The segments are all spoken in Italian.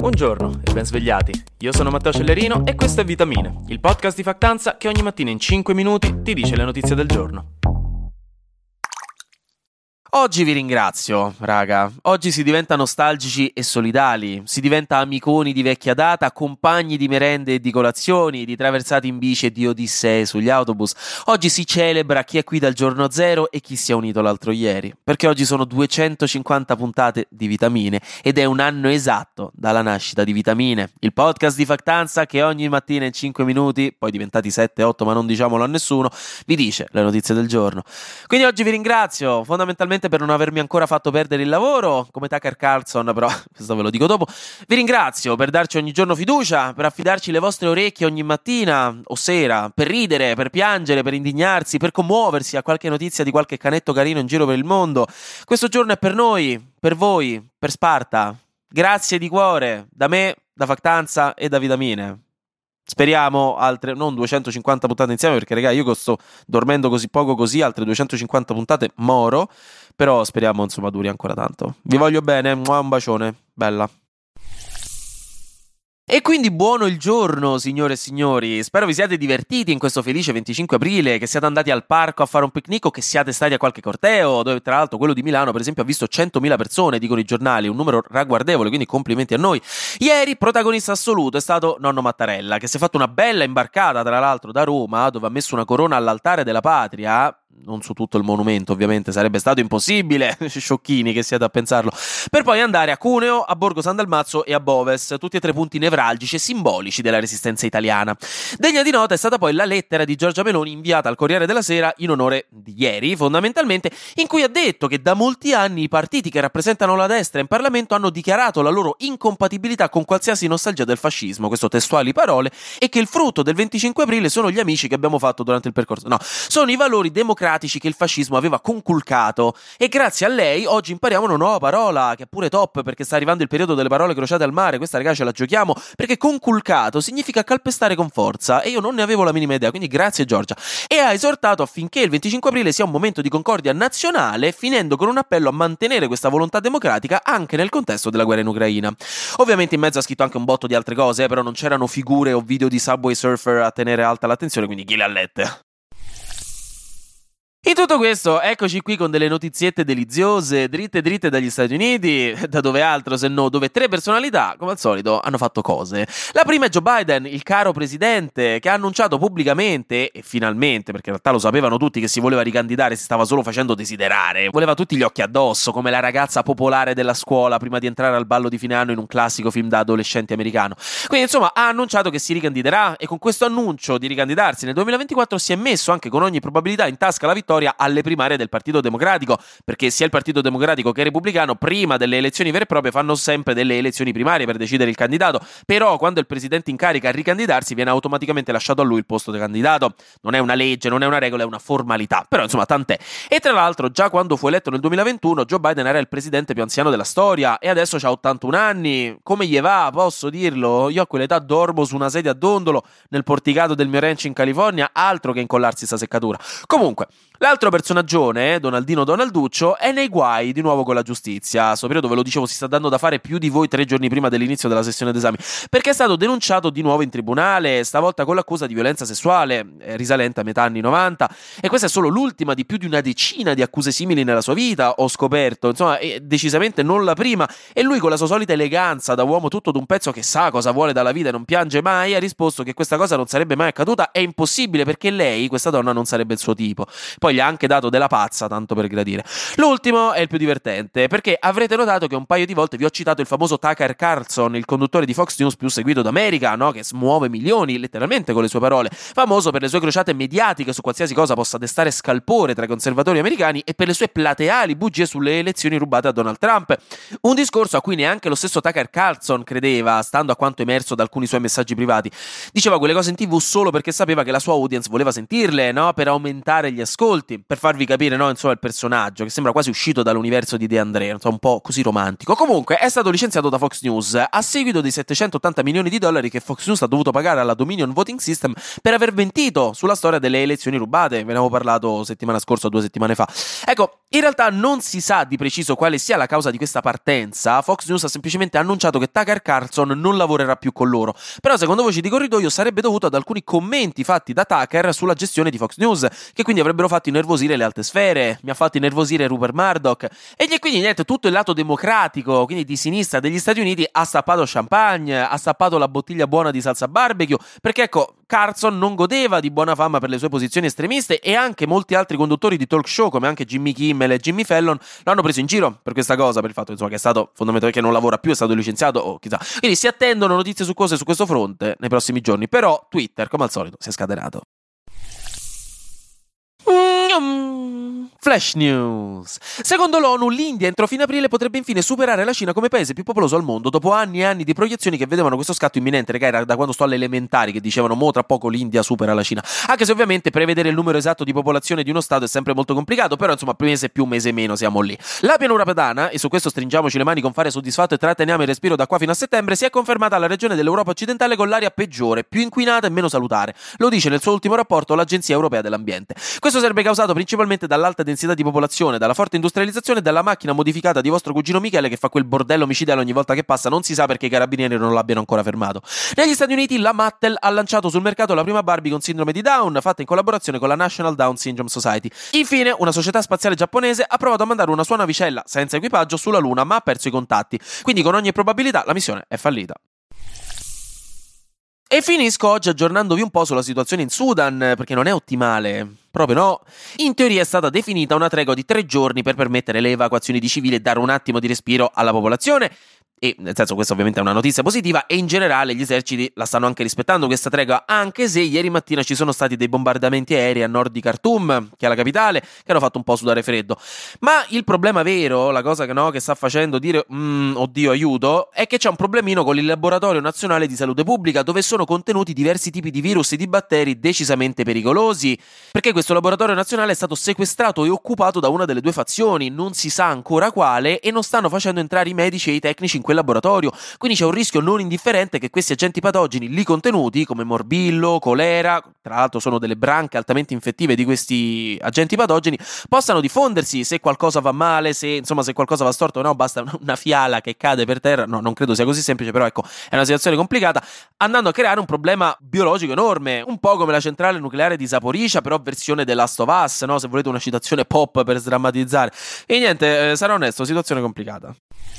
Buongiorno e ben svegliati. Io sono Matteo Cellerino e questo è Vitamine, il podcast di Factanza che ogni mattina in 5 minuti ti dice le notizie del giorno. Oggi vi ringrazio, raga. Oggi si diventa nostalgici e solidali, si diventa amiconi di vecchia data, compagni di merende e di colazioni, di traversate in bici e di odissee sugli autobus. Oggi si celebra chi è qui dal giorno zero e chi si è unito l'altro ieri, perché oggi sono 250 puntate di Vitamine ed è un anno esatto dalla nascita di Vitamine, il podcast di Factanza che ogni mattina in 5 minuti, poi diventati 7-8 ma non diciamolo a nessuno, vi dice le notizie del giorno. Quindi oggi vi ringrazio fondamentalmente per non avermi ancora fatto perdere il lavoro, come Tucker Carlson, però questo ve lo dico dopo. Vi ringrazio per darci ogni giorno fiducia, per affidarci le vostre orecchie ogni mattina o sera, per ridere, per piangere, per indignarsi, per commuoversi a qualche notizia di qualche canetto carino in giro per il mondo. Questo giorno è per noi, per voi, per Sparta. Grazie di cuore, da me, da Factanza e da Vitamine. Speriamo altre, non 250 puntate insieme, perché raga io sto dormendo così poco così, altre 250 puntate moro, però speriamo insomma duri ancora tanto. Vi voglio bene, un bacione, bella. E quindi buono il giorno, signore e signori. Spero vi siate divertiti in questo felice 25 aprile, che siate andati al parco a fare un picnic o che siate stati a qualche corteo, dove tra l'altro quello di Milano per esempio ha visto 100.000 persone, dicono i giornali, un numero ragguardevole, quindi complimenti a noi. Ieri protagonista assoluto è stato nonno Mattarella, che si è fatto una bella imbarcata tra l'altro da Roma, dove ha messo una corona all'altare della patria, non su tutto il monumento ovviamente, sarebbe stato impossibile, sciocchini che siete a pensarlo, per poi andare a Cuneo, a Borgo San Dalmazzo e a Boves, tutti e tre punti nevralgici e simbolici della resistenza italiana. Degna di nota è stata poi la lettera di Giorgia Meloni inviata al Corriere della Sera in onore di ieri, fondamentalmente, in cui ha detto che da molti anni i partiti che rappresentano la destra in Parlamento hanno dichiarato la loro incompatibilità con qualsiasi nostalgia del fascismo, questo testuali parole, e che il frutto del 25 aprile sono gli amici che abbiamo fatto durante il percorso. No, sono i valori democratici che il fascismo aveva conculcato, e grazie a lei oggi impariamo una nuova parola che è pure top, perché sta arrivando il periodo delle parole crociate al mare. Questa ragazzi ce la giochiamo, perché conculcato significa calpestare con forza e io non ne avevo la minima idea, quindi grazie Giorgia. E ha esortato affinché il 25 aprile sia un momento di concordia nazionale, finendo con un appello a mantenere questa volontà democratica anche nel contesto della guerra in Ucraina. Ovviamente in mezzo ha scritto anche un botto di altre cose, però non c'erano figure o video di Subway Surfer a tenere alta l'attenzione, quindi chi le ha lette? In tutto questo, eccoci qui con delle notiziette deliziose, dritte dagli Stati Uniti, da dove altro se no, dove tre personalità, come al solito, hanno fatto cose. La prima è Joe Biden, il caro presidente, che ha annunciato pubblicamente, e finalmente, perché in realtà lo sapevano tutti che si voleva ricandidare, si stava solo facendo desiderare, voleva tutti gli occhi addosso, come la ragazza popolare della scuola prima di entrare al ballo di fine anno in un classico film da adolescenti americano. Quindi insomma ha annunciato che si ricandiderà, e con questo annuncio di ricandidarsi nel 2024 si è messo anche con ogni probabilità in tasca la vittoria alle primarie del Partito Democratico, perché sia il Partito Democratico che il Repubblicano prima delle elezioni vere e proprie fanno sempre delle elezioni primarie per decidere il candidato, però quando il presidente in carica a ricandidarsi viene automaticamente lasciato a lui il posto di candidato. Non è una legge, non è una regola, è una formalità, però insomma tant'è. E tra l'altro già quando fu eletto nel 2021 Joe Biden era il presidente più anziano della storia e adesso ha 81 anni. Come gli va? Posso dirlo? Io a quell'età dormo su una sedia a dondolo nel porticato del mio ranch in California, altro che incollarsi sta seccatura. Comunque, l'altro personaggione, Donaldino Donalduccio, è nei guai di nuovo con la giustizia. Sto periodo, ve lo dicevo, si sta dando da fare più di voi 3 giorni prima dell'inizio della sessione d'esami, perché è stato denunciato di nuovo in tribunale, stavolta con l'accusa di violenza sessuale, risalente a metà anni 90, e questa è solo l'ultima di più di una decina di accuse simili nella sua vita, ho scoperto, insomma, è decisamente non la prima, e lui con la sua solita eleganza da uomo tutto d'un pezzo che sa cosa vuole dalla vita e non piange mai, ha risposto che questa cosa non sarebbe mai accaduta, è impossibile perché lei, questa donna, non sarebbe il suo tipo. Poi gli ha anche dato della pazza, tanto per gradire. L'ultimo è il più divertente, perché avrete notato che un paio di volte vi ho citato il famoso Tucker Carlson, il conduttore di Fox News più seguito d'America, no? Che smuove milioni, letteralmente con le sue parole, famoso per le sue crociate mediatiche su qualsiasi cosa possa destare scalpore tra i conservatori americani e per le sue plateali bugie sulle elezioni rubate a Donald Trump. Un discorso a cui neanche lo stesso Tucker Carlson credeva, stando a quanto emerso da alcuni suoi messaggi privati. Diceva quelle cose in TV solo perché sapeva che la sua audience voleva sentirle, no? Per aumentare gli ascolti. adulti, per farvi capire, no, insomma, il personaggio, che sembra quasi uscito dall'universo di De André, un po' così romantico. Comunque, è stato licenziato da Fox News a seguito dei $780 milioni che Fox News ha dovuto pagare alla Dominion Voting System per aver mentito sulla storia delle elezioni rubate. Ve ne avevo parlato settimana scorsa o 2 settimane fa. Ecco, in realtà non si sa di preciso quale sia la causa di questa partenza. Fox News ha semplicemente annunciato che Tucker Carlson non lavorerà più con loro. Però, secondo voci di corridoio, sarebbe dovuto ad alcuni commenti fatti da Tucker sulla gestione di Fox News, che quindi avrebbero fatto innervosire le alte sfere. Mi ha fatto innervosire Rupert Murdoch. E quindi niente, tutto il lato democratico, quindi di sinistra degli Stati Uniti, ha stappato champagne, ha stappato la bottiglia buona di salsa barbecue, perché ecco, Carlson non godeva di buona fama per le sue posizioni estremiste, e anche molti altri conduttori di talk show come anche Jimmy Kimmel e Jimmy Fallon lo hanno preso in giro per questa cosa, per il fatto insomma, che è stato fondamentalmente che non lavora più, è stato licenziato o chissà. Quindi si attendono notizie su cose su questo fronte nei prossimi giorni, però Twitter come al solito si è scatenato. Flash News. Secondo l'ONU, l'India entro fine aprile potrebbe infine superare la Cina come paese più popoloso al mondo, dopo anni e anni di proiezioni che vedevano questo scatto imminente. Raga, era da quando sto alle elementari che dicevano mo tra poco l'India supera la Cina. Anche se ovviamente prevedere il numero esatto di popolazione di uno stato è sempre molto complicato, però insomma mese più mese meno siamo lì. La pianura padana, e su questo stringiamoci le mani con fare soddisfatto e tratteniamo il respiro da qua fino a settembre, si è confermata la regione dell'Europa occidentale con l'aria peggiore, più inquinata e meno salutare. Lo dice nel suo ultimo rapporto l'Agenzia Europea dell'Ambiente. Questo sarebbe causato principalmente dall'alta densità di popolazione, dalla forte industrializzazione e dalla macchina modificata di vostro cugino Michele che fa quel bordello micidiale ogni volta che passa. Non si sa perché i carabinieri non l'abbiano ancora fermato. Negli Stati Uniti la Mattel ha lanciato sul mercato la prima Barbie con sindrome di Down, fatta in collaborazione con la National Down Syndrome Society. Infine, una società spaziale giapponese ha provato a mandare una sua navicella senza equipaggio sulla Luna, ma ha perso i contatti. Quindi con ogni probabilità la missione è fallita. E finisco oggi aggiornandovi un po' sulla situazione in Sudan, perché non è ottimale. Proprio no. In teoria è stata definita una tregua di 3 giorni per permettere le evacuazioni di civili e dare un attimo di respiro alla popolazione. E nel senso, questa ovviamente è una notizia positiva, e in generale gli eserciti la stanno anche rispettando questa tregua, anche se ieri mattina ci sono stati dei bombardamenti aerei a nord di Khartoum, che è la capitale, che hanno fatto un po' sudare freddo. Ma il problema vero, la cosa che sta facendo dire oddio aiuto, è che c'è un problemino con il Laboratorio Nazionale di Salute Pubblica, dove sono contenuti diversi tipi di virus e di batteri decisamente pericolosi, perché questo laboratorio nazionale è stato sequestrato e occupato da una delle 2 fazioni, non si sa ancora quale, e non stanno facendo entrare i medici e i tecnici in quel laboratorio. Quindi c'è un rischio non indifferente che questi agenti patogeni lì contenuti, come morbillo, colera, tra l'altro sono delle branche altamente infettive di questi agenti patogeni, possano diffondersi se qualcosa va male, se qualcosa va storto. No, basta una fiala che cade per terra. No, non credo sia così semplice, però ecco, è una situazione complicata, andando a creare un problema biologico enorme, un po' come la centrale nucleare di Zaporizhzhia, però versione The Last of Us, no? Se volete una citazione pop per sdrammatizzare. E niente, sarò onesto, situazione complicata.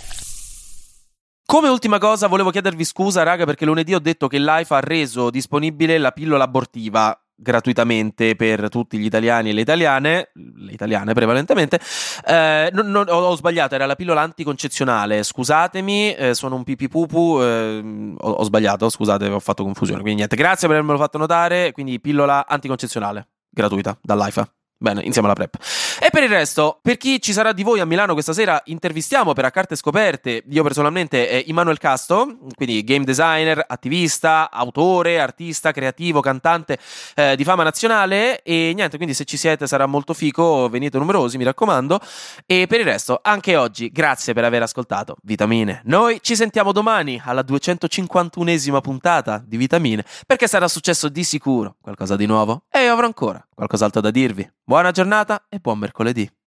Come ultima cosa volevo chiedervi scusa, raga, perché lunedì ho detto che Life ha reso disponibile la pillola abortiva gratuitamente per tutti gli italiani e le italiane prevalentemente. Ho sbagliato, era la pillola anticoncezionale, scusatemi, sono un pipipupu, ho sbagliato, scusate, ho fatto confusione, quindi niente, grazie per avermelo fatto notare. Quindi pillola anticoncezionale gratuita da Life. Bene, insieme alla PrEP. E per il resto, per chi ci sarà di voi a Milano questa sera, intervistiamo per A Carte Scoperte, io personalmente, Immanuel Casto, quindi game designer, attivista, autore, artista, creativo, cantante di fama nazionale, e niente, quindi se ci siete sarà molto fico, venite numerosi, mi raccomando. E per il resto, anche oggi, grazie per aver ascoltato Vitamine. Noi ci sentiamo domani alla 251esima puntata di Vitamine, perché sarà successo di sicuro qualcosa di nuovo e io avrò ancora qualcos'altro da dirvi. Buona giornata e buon mercoledì.